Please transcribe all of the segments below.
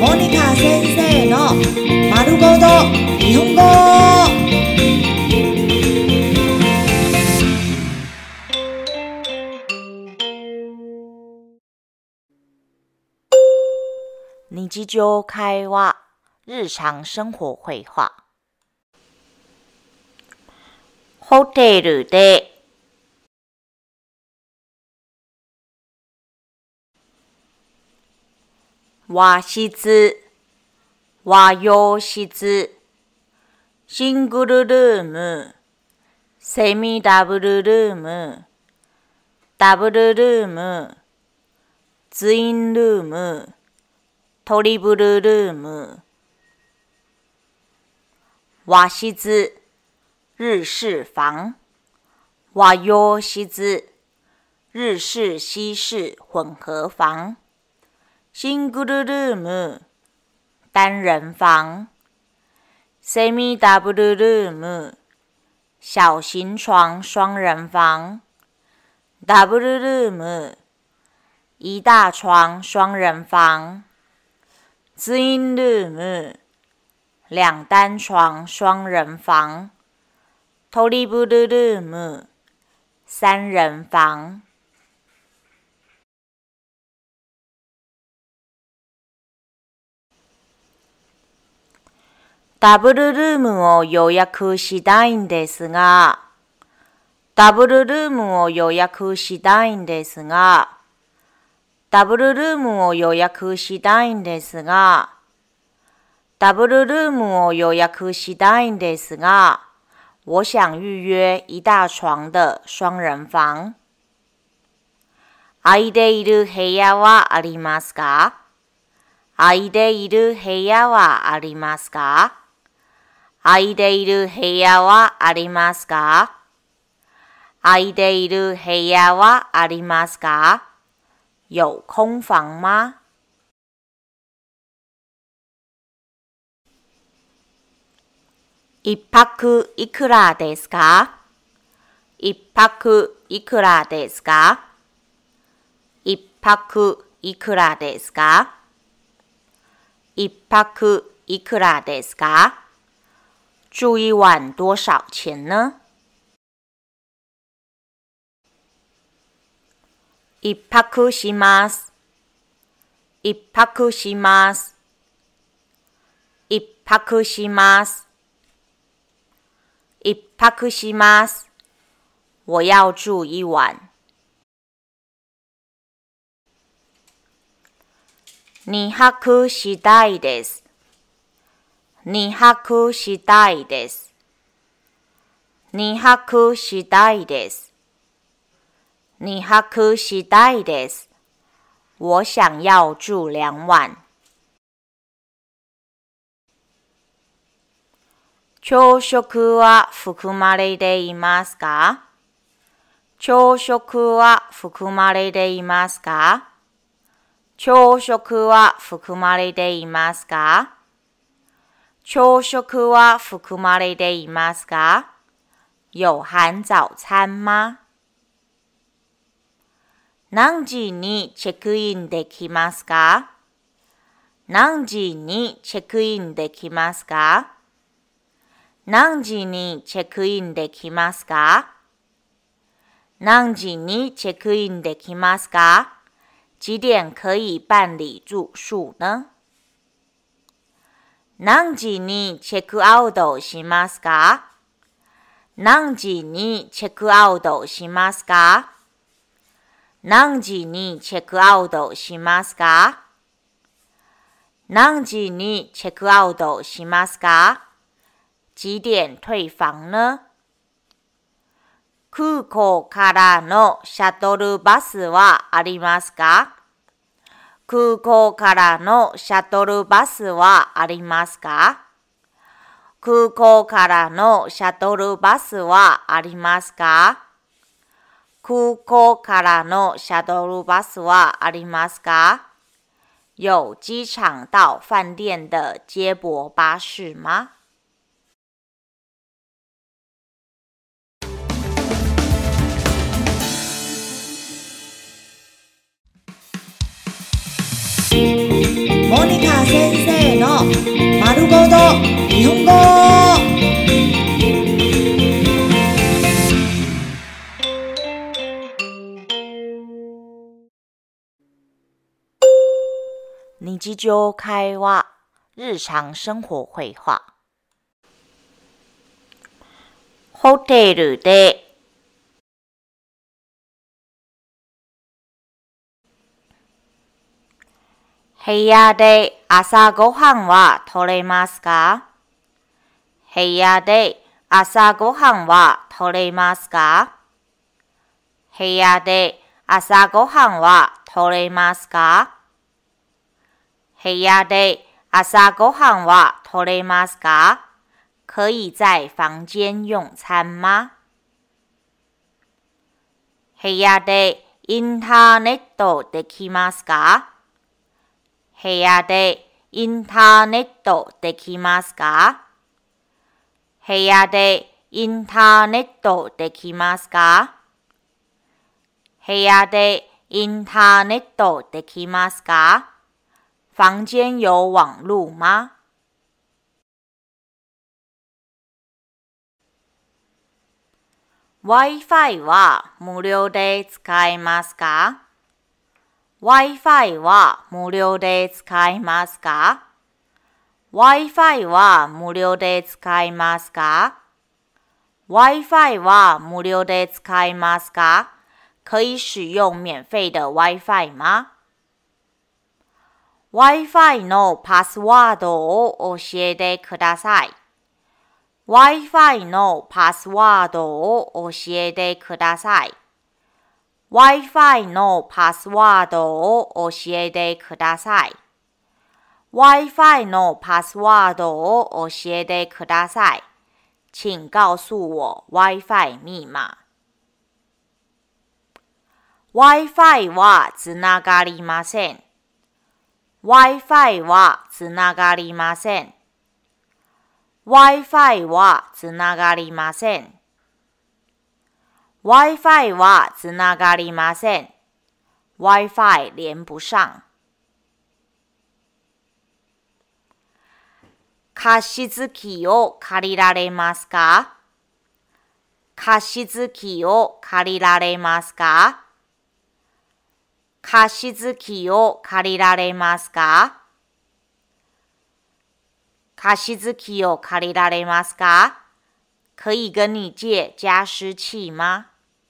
モニカ先生の丸ごと日本語。日常会話、日常生活会話。ホテルで和室、和洋室、シングルルーム、セミダブルルーム、ダブルルーム、ツインルーム、トリプルルーム。和室、日式房。和洋室、日式西式混合房。シングルルーム、单人房。セミダブルルーム、小型床双人房。ダブルルーム、一大床双人房。ツインルーム、两单床双人房。トリプルルーム、三人房。ダブルルームを予約したいんですが、ダブルルームを予約したいんですが、ダブルルームを予約したいんですが、ダブルルームを予約したいんですが、我想预約一大床的双人房。空いている部屋はありますか？空いている部屋はありますか？空いている部屋はありますか？空いている部屋はありますか？有空房吗？一泊いくらですか？一泊いくらですか？一泊いくらですか？一泊いくらですか？住一晚多少钱呢？一泊します。一泊します。一泊します。一泊します。我要住一晚。二泊したいです。二泊したいです。二泊したいです。二泊したいです。我想要住2晚。朝食は含まれていますか？朝食は含まれていますか？朝食は含まれていますか？朝食は含まれていますか？有含早餐吗？何時にチェックインできますか？何時にチェックインできますか？何時にチェックインできますか？何時にチェックインできますか？几点可以办理住宿呢？何時にチェックアウトしますか？何時にチェックアウトしますか？何時にチェックアウトしますか？何時にチェックアウトしますか？几点退房呢？空港からのシャトルバスはありますか？空港からのシャトルバスはありますか？空港からのシャトルバスはありますか？空港からのシャトルバスはありますか？有机场到饭店的接驳巴士吗？モモニカ先生の丸ごと日本語。 日常会話、日常生活会話。ホテルで部屋で朝ごはんは取れますか？部屋で朝ごはんは取れますか？部屋で朝ごはんは取れますか？部屋で朝ごはんは取れますか？可以在房間用餐吗？部屋でインターネットできますか？部屋でインターネットできますか？部屋でインターネットできますか？部屋でインターネットできますか？房間有網路嗎？Wi-Fi は無料で使えますか？ Wi-Fi は無料で使えますか？ Wi-Fi は無料で使えますか？ Wi-Fi は無料で使えますか？可以使用免費的 Wi-Fi 嗎？ Wi-Fi のパスワードを教えてください。Wi-Fi のパスワードを教えてください。Wi-Fi のパスワードを教えてください。Wi-Fi のパスワードを教えてください。請告訴我 Wi-Fi 密碼。Wi-Fi はつながりません。Wi-Fi はつながりません。Wi-Fi はつながりません。Wi-Fi はつながりません。Wi-Fi 連不上。加湿器を借りられますか？加湿器を借りられますか？加湿器を借りられますか？加湿器を借りられますか？可以跟你借加湿器吗？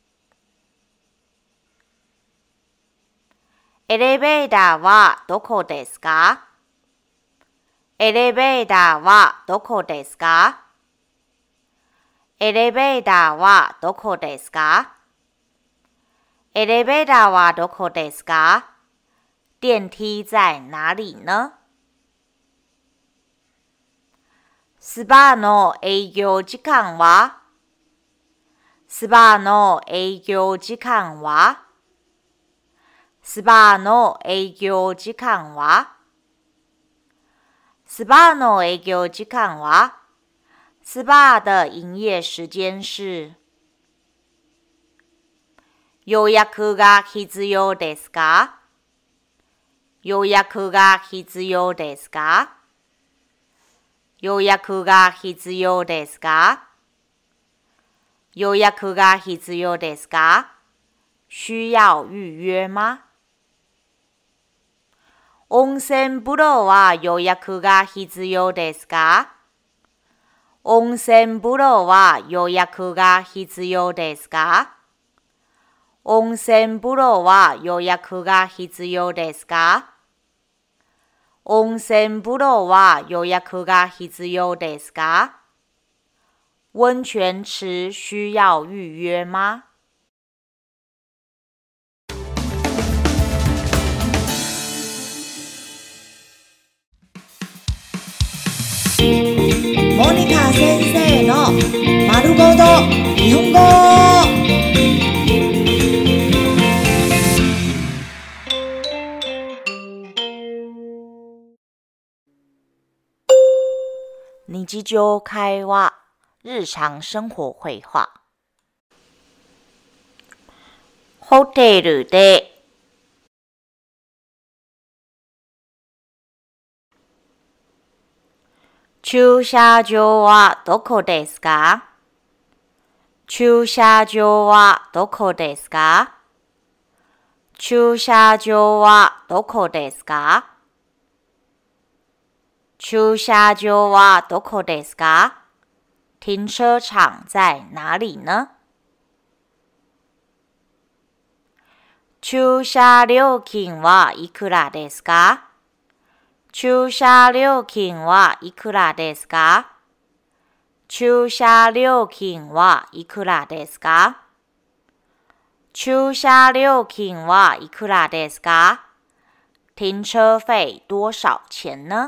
エレベーターはどこですか？エレベーターはどこですか？エレベーターはどこですか？エレベーターはどこですか？電梯在哪里呢？スパの営業時間は？スパの営業時間は？スパの営業時間は？スパの営業時間は？スパ的营业時間是？予約が必要ですか？予約が必要ですか？予約が必要ですか？予約が必要ですか？需要預約嗎？温泉風呂は予約が必要ですか？温泉風呂は予約が必要ですか？温泉風呂は予約が必要ですか？温泉風呂は予約が必要ですか？温泉池需要預約嗎？ モニカ先生の丸ごと日本語。 日常会話、日常生活会話。ホテルで駐車場はどこですか？駐車場はどこですか？駐車場はどこですか？駐車場はどこですか？停車場在哪里呢？駐車料金はいくらですか？駐車料金はいくらですか？駐車料金はいくらですか？駐車料金はいくらですか？停車费多少钱呢？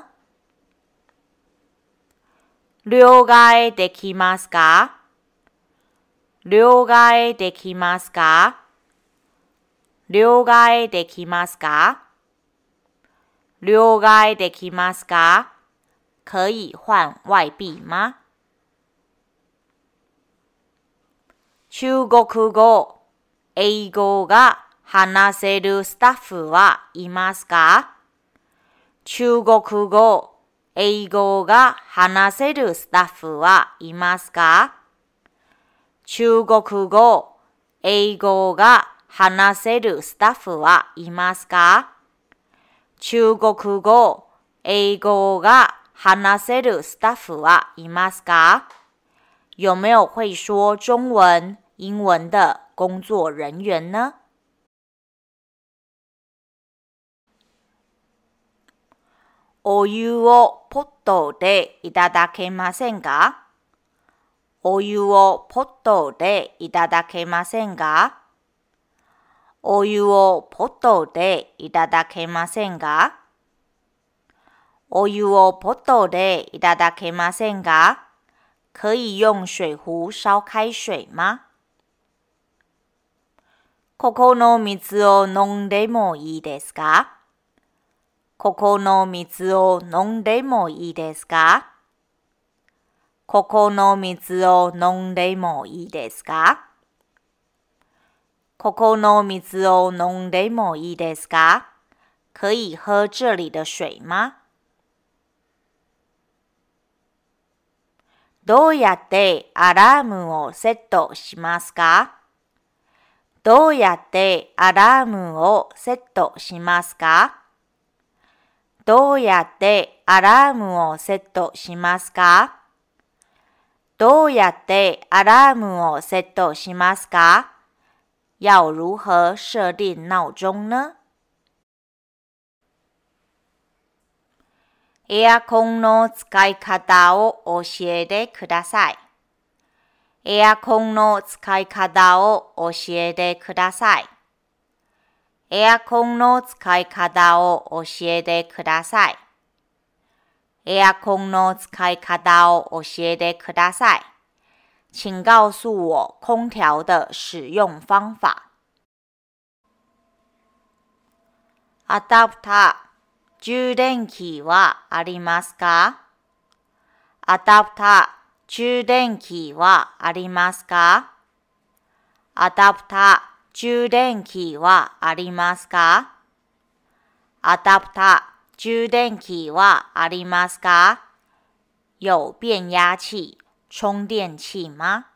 両替できますか？両替できますか？両替できますか？両替できますか？可以换外币吗？中国語、英語が話せるスタッフはいますか？中国語、英語が話せるスタッフはいますか？中国語、英語が話せるスタッフはいますか？中国語、英語が話せるスタッフはいますか？有没有会说中文、英文的工作人员呢？お湯をポットでいただけませんか？お湯をポットでいただけませんか？お湯をポットでいただけませんか？お湯をポットでいただけませんか？可以用水壶烧开水吗？ここの水を飲んでもいいですか？ここの水を飲んでもいいですか？ここの水を飲んでもいいですか？ここの水を飲んでもいいですか？可以喝这里的水吗？どうやってアラームをセットしますか？どうやってアラームをセットしますか？どうやってアラームをセットしますか？どうやってアラームをセットしますか？要如何设定闹钟呢？エアコンの使い方を教えてください。エアコンの使い方を教えてください。エアコンの使い方を教えてください。エアコンの使い方を教えてください。请告诉我空调的使用方法。アダプター、充電器はありますか？アダプター、充電器はありますか？アダプター、充電器はありますか？アダプター、充電器はありますか？有变压器、充電器吗？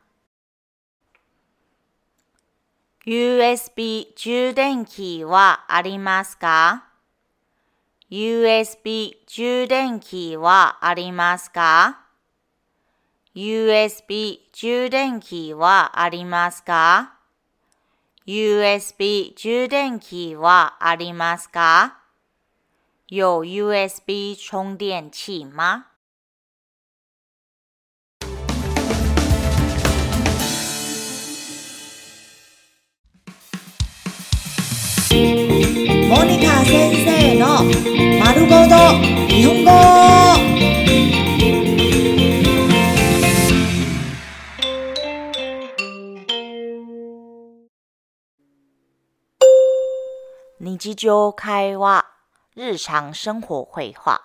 USB 充電器はありますか？ USB 充電器はありますか？ USB 充電器はありますか？ USB 充電器はありますか？有 USB 充電器吗？ モニカ先生の丸ごと日本語。 日常会話、日常生活会話。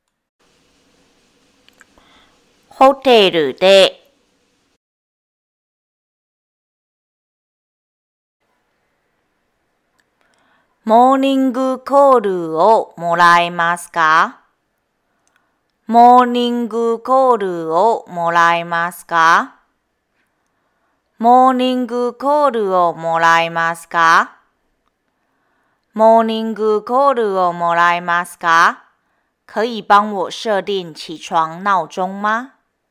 ホテルでモーニングコールをもらえますか？ モーニングコールをもらえますか？モーニングコールをもらえますか？モーニングコールをもらえますか？可以帮我设定起床闹钟吗？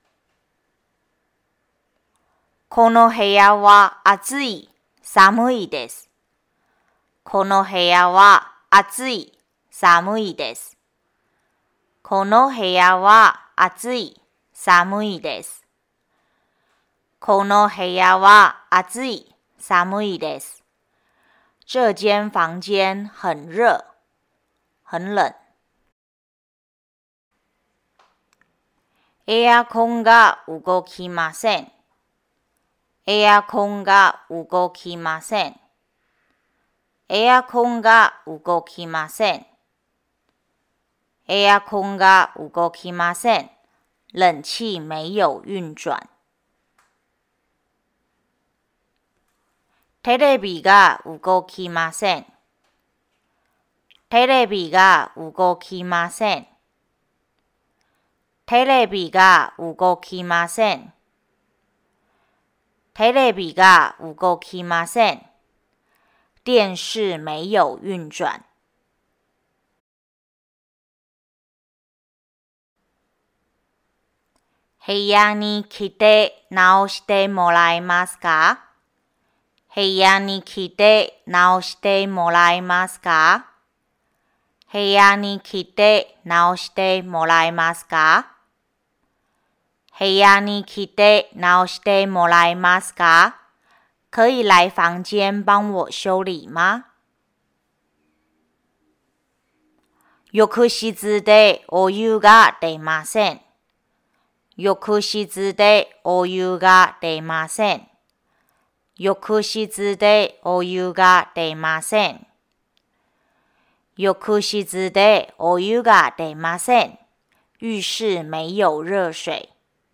この部屋は暑い、寒いです。この部屋は暑い、寒いです。この部屋は暑い、寒いです。この部屋は暑い、寒いです。这间房间很热、很冷。エアコンが動きません。エアコンが動きません。エアコンが動きません。エアコンが動きません。冷气没有运转。テレビが動きません。テレビが動きません。テレビが動きません。テレビが動きません。電視没有運轉。部屋に来て直してもらえますか？部屋に来て直してもらえますか？部屋に来て直してもらえますか？部屋に来て直してもらえますか？可以来房间帮我修理吗？浴室でお湯が出ません。浴室でお湯が出ません。浴室でお湯が出ません。浴室でお湯が出ません。浴室没有热水。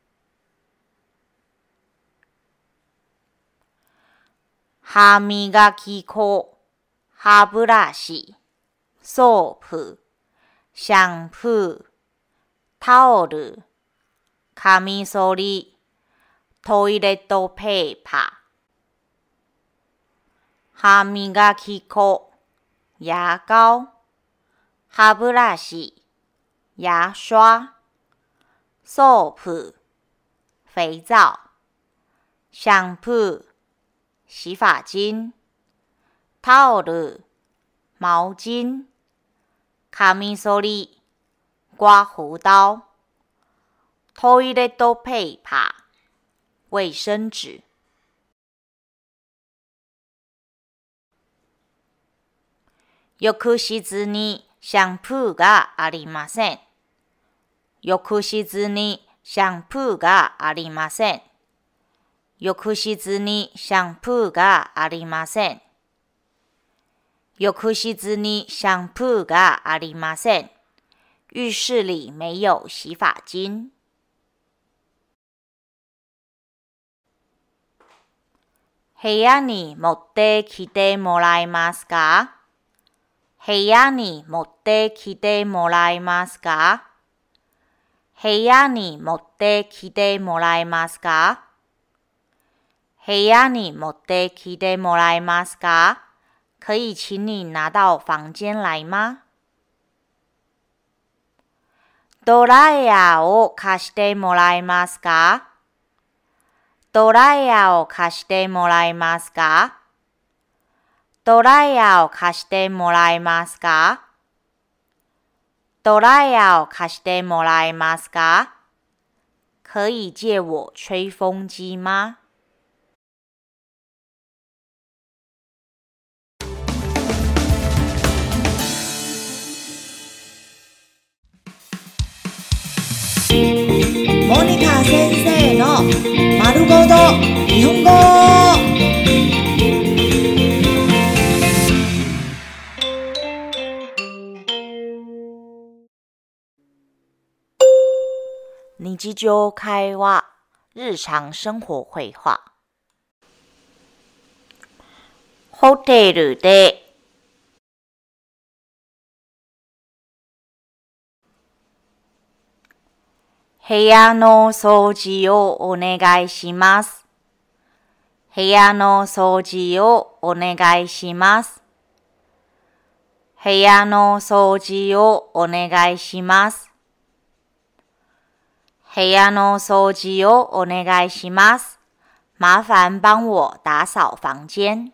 歯磨き粉、歯ブラシ、ソープ、シャンプー、タオル、カミソリ、トイレットペーパー。歯磨き粉、牙膏、歯ブラシ、牙刷、ソープ、肥皂、シャンプー、洗发精、タオル、毛巾、カミソリ、刮胡刀、トイレットペーパー、衛生紙。浴室にシャンプーがありません。浴室にシャンプーがありません。浴室にシャンプーがありません。浴室にシャンプーがありません。浴室里没有洗发精。部屋に持ってきてもらえますか？部屋に持ってきてもらえますか？部屋に持ってきてもらえますか？部屋に持ってきてもらえますか？可以请你拿到房间来吗？ドライヤーを貸してもらえますか？ドライヤーを貸してもらえますか？ドライヤーを貸してもらえますか？ドライヤーを貸してもらえますか？可以借我吹风机吗？ モニカ先生の丸ごと日本語。 日常会話、日常生活会話。ホテルで部屋の掃除をお願いします。部屋の掃除をお願いします。部屋の掃除をお願いします。部屋の掃除をお願いします。麻烦帮我打扫房間。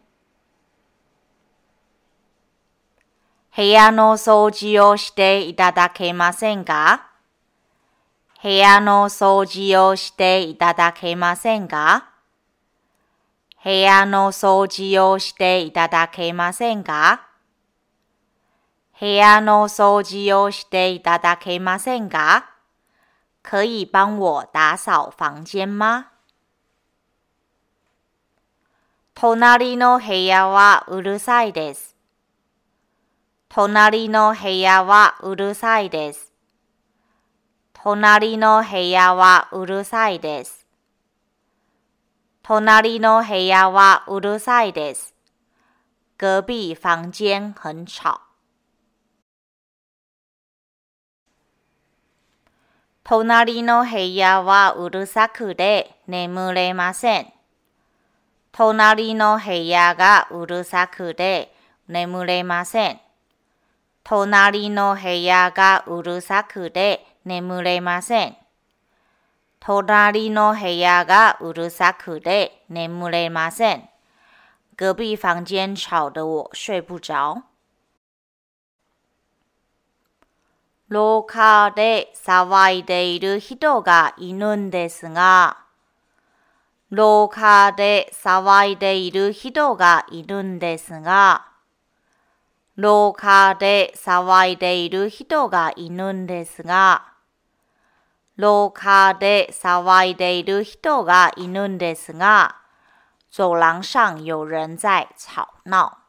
部屋の掃除をしていただけませんか？部屋の掃除をしていただけませんか？部屋の掃除をしていただけませんか？部屋の掃除をしていただけませんか？可以帮我打扫房間吗？隣の部屋はうるさいです。隣の部屋はうるさいです。隣の部屋はうるさいです。隣の部屋はうるさいです。隔壁房間很吵。隣の部屋はうるさくて眠れません。隣の部屋がうるさくて眠れません。隣の部屋がうるさくて眠れません。隣の部屋がうるさくて眠れません。隔壁房間吵得我睡不着。廊下で騒いでいる人がいるんですが、廊下で騒いでいる人がいるんですが、廊下で騒いでいる人がいるんですが、廊下で騒いでいる人がいるんですが、走廊上有人在吵闹。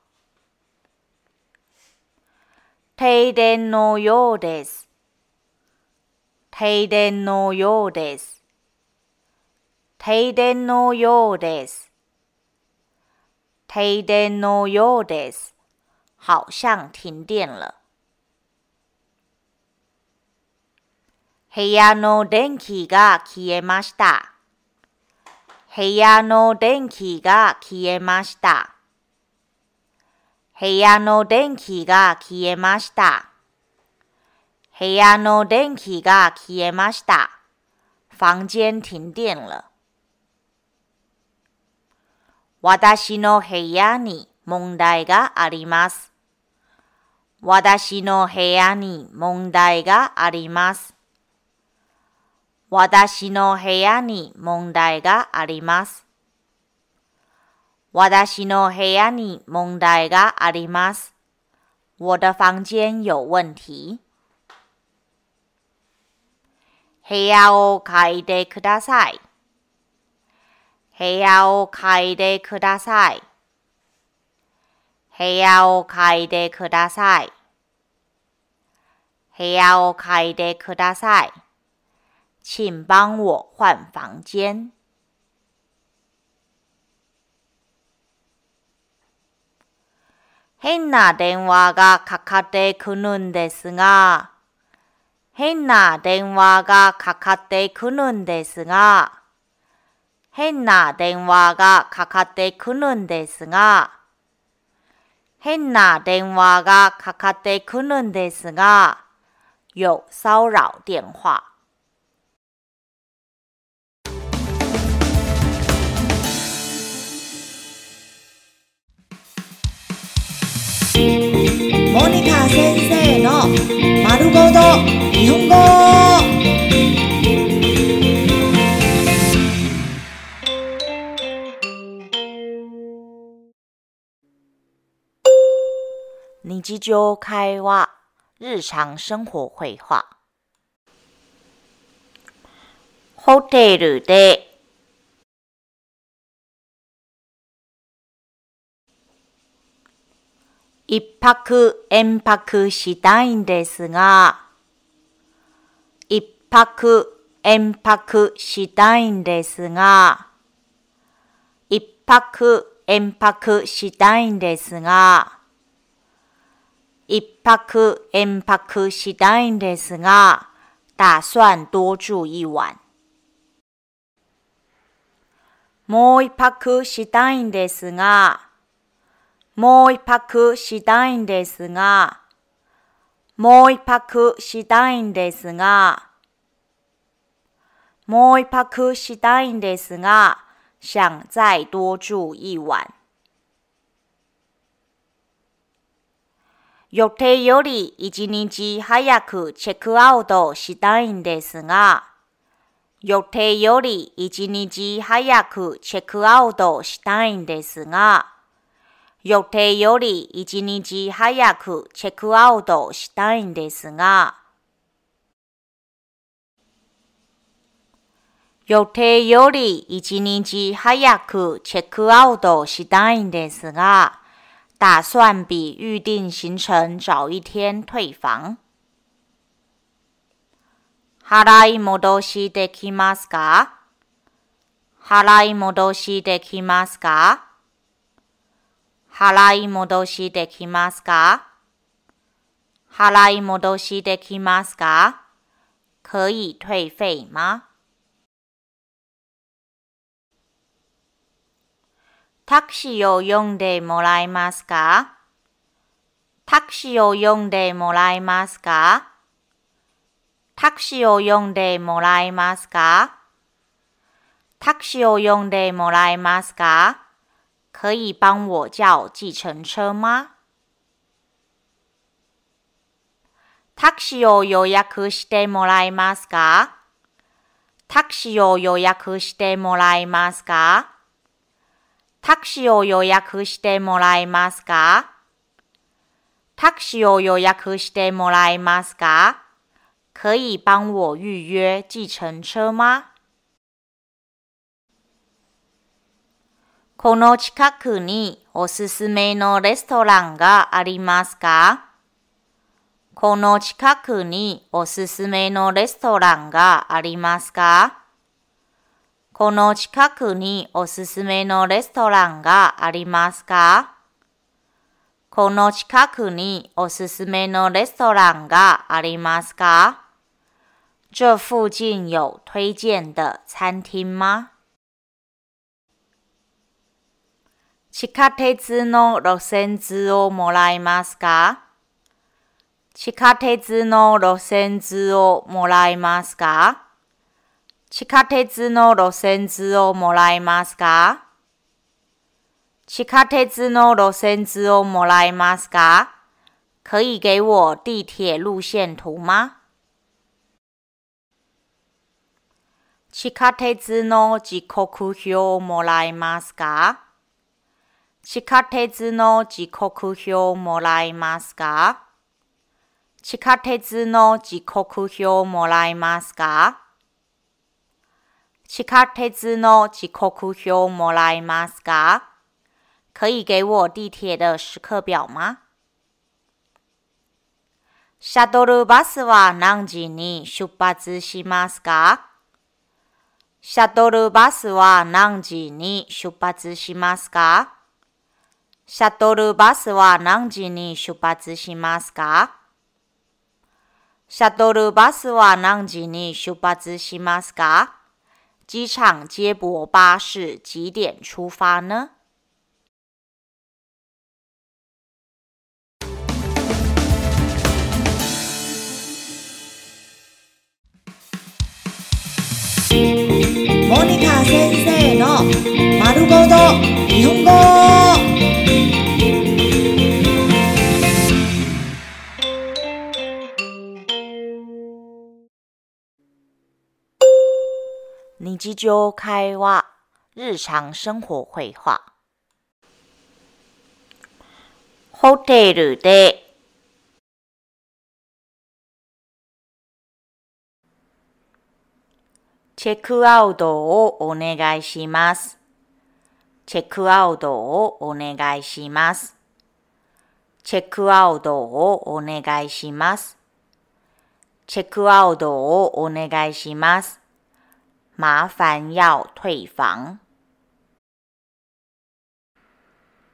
停電のようです。停電のようです。停電のようです。停電のようです。好像停電了。部屋の電気が消えました。部屋の電気が消えました。部屋の電気が消えました。部屋の電気が消えました。房間停電了。私の部屋に問題があります。私の部屋に問題があります。私の部屋に問題があります。私の部屋に問題があります。我的房間有問題。部屋を借りてください。部屋を借りてください。部屋を借りてください。部屋を借りてください。請帮我換房間。変な電話がかかってくるんですが、変な電話がかかってくるんですが、変な電話がかかってくるんですが、変な電話がかかってくるんですが、有騷擾電話。 モニカ先生の丸ごと日本語。 日常会話、日常生活会話。ホテルで一泊延泊したいんですが、一泊延泊したいんですが、一泊延泊したいんですが、一泊延泊したいんですが、 打算多住一晚。もう一泊したいんですが、もう一泊したいんですが、もう一泊したいんですが、もう一泊したいんですが、想再多住一晚。予定より1日早くチェックアウトしたいんですが、予定より1日早くチェックアウトしたいんですが、予定より1日早くチェックアウトしたいんですが、予定より1日早くチェックアウトしたいんですが、打算比预定行程早一天退房。払い戻しできますか？払い戻しできますか？払い戻しできますか？払い戻しできますか？可以退费吗？タクシーを呼んでもらえますか？タクシーを呼んでもらえますか？タクシーを呼んでもらえますか？タクシーを呼んでもらえますか？可以帮我叫计程車吗？タクシーを予約してもらえますか？タクシーを予約してもらえますか？タクシーを予約してもらえますか？タクシーを予約してもらえますか？可以帮我预约计程車吗？この近くにおすすめのレストランがありますか？この近くにおすすめのレストランがありますか？この近くにおすすめのレストランがありますか？この近くにおすすめのレストランがありますか？这附近有推荐的餐厅吗？地下鉄の路線図をもらえますか？地下鉄の路線図をもらえますか？地下鉄の路線図をもらえますか？地下鉄の路線図をもらえますか？可以给我地铁路线图吗？地下鉄の時刻表をもらえますか？地下鉄の時刻表をもらえますか？地下鉄の時刻表をもらえますか？地下鉄の時刻表をもらえますか？可以给我地铁的时刻表吗？シャトルバスは何時に出発しますか？シャトルバスは何時に出発しますか？シャトルバスは何時に出発しますか？シャトルバスは何時に出発しますか？機場接驳巴士几点出发呢？ モニカ先生の丸ごと日本語。 日常会話、日常生活会話。ホテルでチェックアウトをお願いします。チェックアウトをお願いします。チェックアウトをお願いします。チェックアウトをお願いします。麻烦要退房。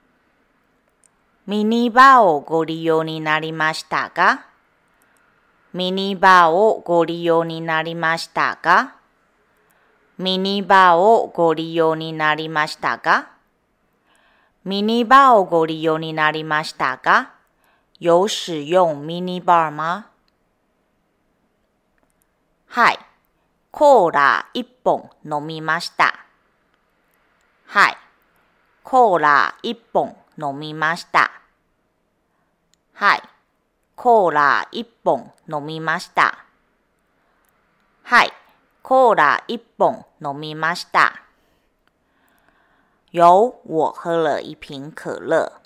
ミニバーをご利用になりましたか？ ミニバーをご利用になりましたか？ミニバーをご利用になりましたか？ミニバーをご利用になりましたか？有使用ミニバー吗？はい、コーラ1本飲みました。はい、コーラ1本飲みました。はい、コーラ1本飲みました。はい、コーラ1本飲みました。有，我喝了一瓶可乐。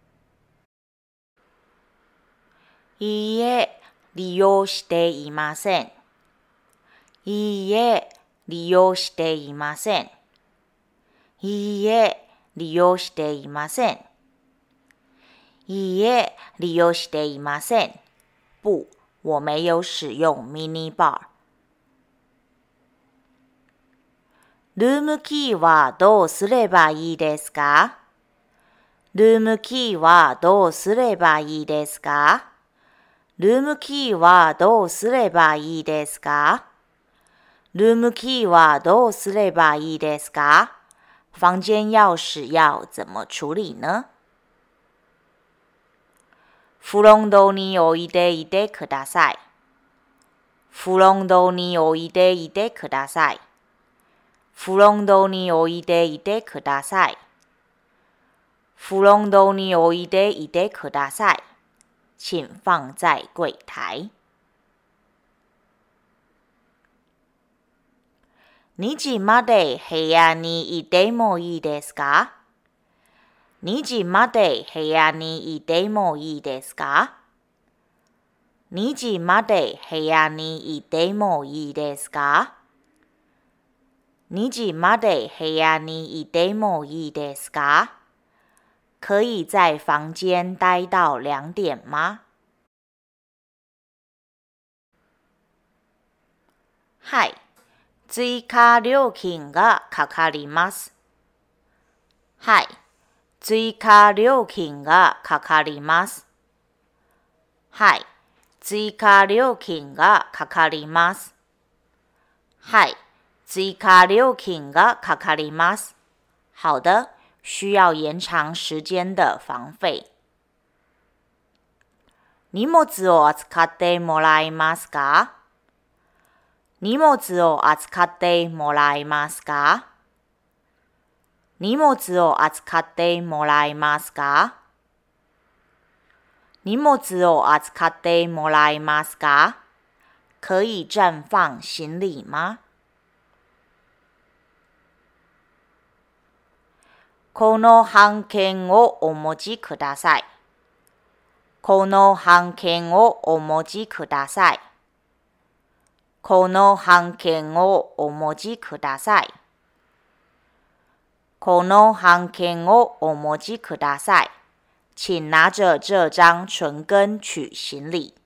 いいえ、利用していません。いいえ、利用していません。いいえ、利用していません。いいえ、利用していません。不，我没有使用ミニバー。ルームキーはどうすればいいですか？ルームキーはどうすればいいですか？ルームキーはどうすればいいですか？ルームキーはどうすればいいですか？房間钥匙要怎么处理呢？フロントにおいでいてください。フロントにおいでいてください。フロントにおいでいてください。フロントにおいでいてください。请放在柜台。2時まで部屋にいてもいいですか？2時まで部屋にいてもいいですか？2時まで部屋にいてもいいですか？2時まで部屋にいてもいいですか？可以在房间待到2点吗？はい、追加料金がかかります。はい、追加料金がかかります。はい、追加料金がかかります。はい、追加料金がかかります。好的，需要延长时间的房费。荷物を扱ってもらえますか？荷物を扱ってもらえますか？荷物を扱ってもらえますか？荷物を扱ってもらえますか？可以暂放行李吗？この半券をお持ちください。この半券をお持ちください。この半券をお持ちください。この半券をお持ちください。请拿着这张存根取行李。